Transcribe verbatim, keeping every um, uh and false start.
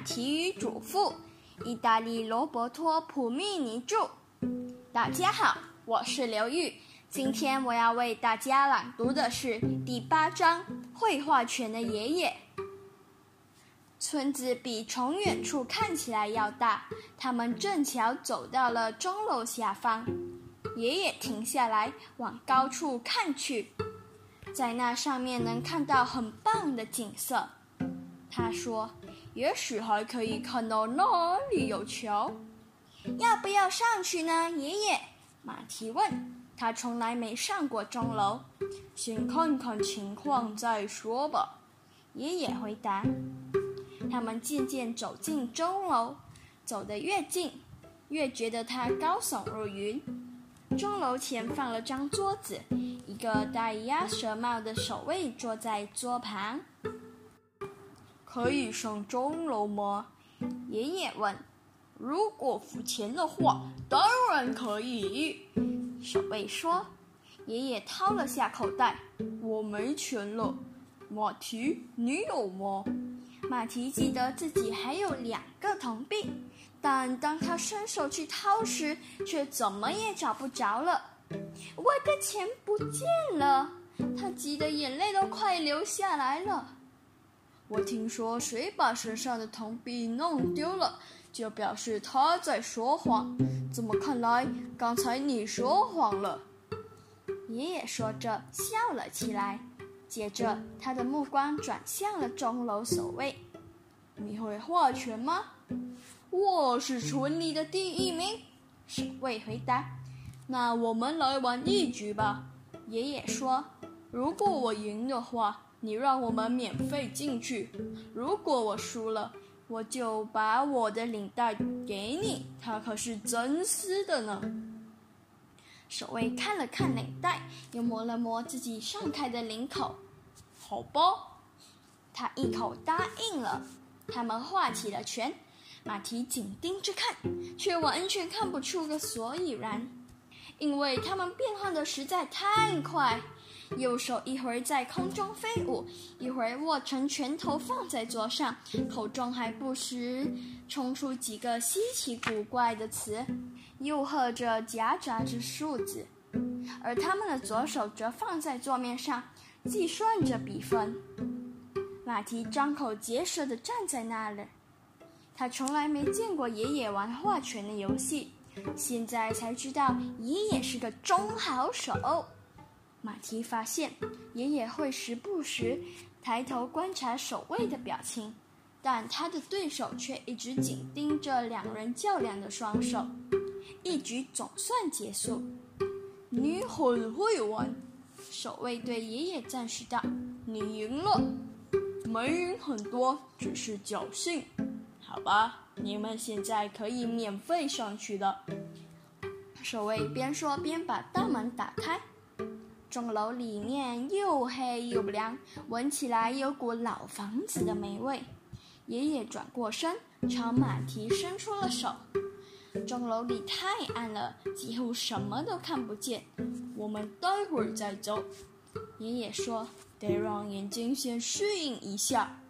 马蹄与主妇，意大利罗伯托·普密尼著。大家好，我是刘玉，今天我要为大家朗读的是第八章《绘画犬的爷爷》。村子比从远处看起来要大，他们正巧走到了钟楼下方。爷爷停下来，往高处看去，在那上面能看到很棒的景色。他说：“也许还可以看到那里有桥。”要不要上去呢，爷爷？马蹄问。他从来没上过钟楼，先看看情况再说吧。爷爷回答。他们渐渐走进钟楼，走得越近，越觉得它高耸入云。钟楼前放了张桌子，一个戴鸭舌帽的守卫坐在桌旁。可以上钟楼吗？爷爷问。如果付钱的话，当然可以。守卫说。爷爷掏了下口袋，我没钱了。马蹄，你有吗？马蹄记得自己还有两个铜币，但当他伸手去掏时，却怎么也找不着了。我的钱不见了，他急得眼泪都快流下来了。我听说谁把身上的铜币弄丢了，就表示他在说谎。怎么看来，刚才你说谎了？爷爷说着笑了起来。接着他的目光转向了钟楼守卫。你会画拳吗？我是村里的第一名，守卫回答。那我们来玩一局吧，爷爷说。如果我赢的话，你让我们免费进去。如果我输了，我就把我的领带给你，它可是真丝的呢。守卫看了看领带，又摸了摸自己上开的领口。好吧，他一口答应了。他们画起了拳，马蹄紧盯着看，却完全看不出个所以然，因为他们变换的实在太快。右手一会儿在空中飞舞，一会儿握成拳头放在桌上，口中还不时冲出几个稀奇古怪的词，又或者夹杂着数字。而他们的左手则放在桌面上，计算着比分。马蹄张口结舌地站在那里，他从来没见过爷爷玩画拳的游戏，现在才知道爷爷是个中好手。马蹄发现爷爷会时不时抬头观察守卫的表情，但他的对手却一直紧盯着两人较量的双手。一局总算结束。你很会玩，守卫对爷爷赞许道。你赢了。没赢很多，只是侥幸。好吧，你们现在可以免费上去了。守卫边说边把大门打开。钟楼里面又黑又凉，闻起来有股老房子的霉味。爷爷转过身，朝马蹄伸出了手。钟楼里太暗了，几乎什么都看不见。我们待会儿再走。爷爷说，得让眼睛先适应一下。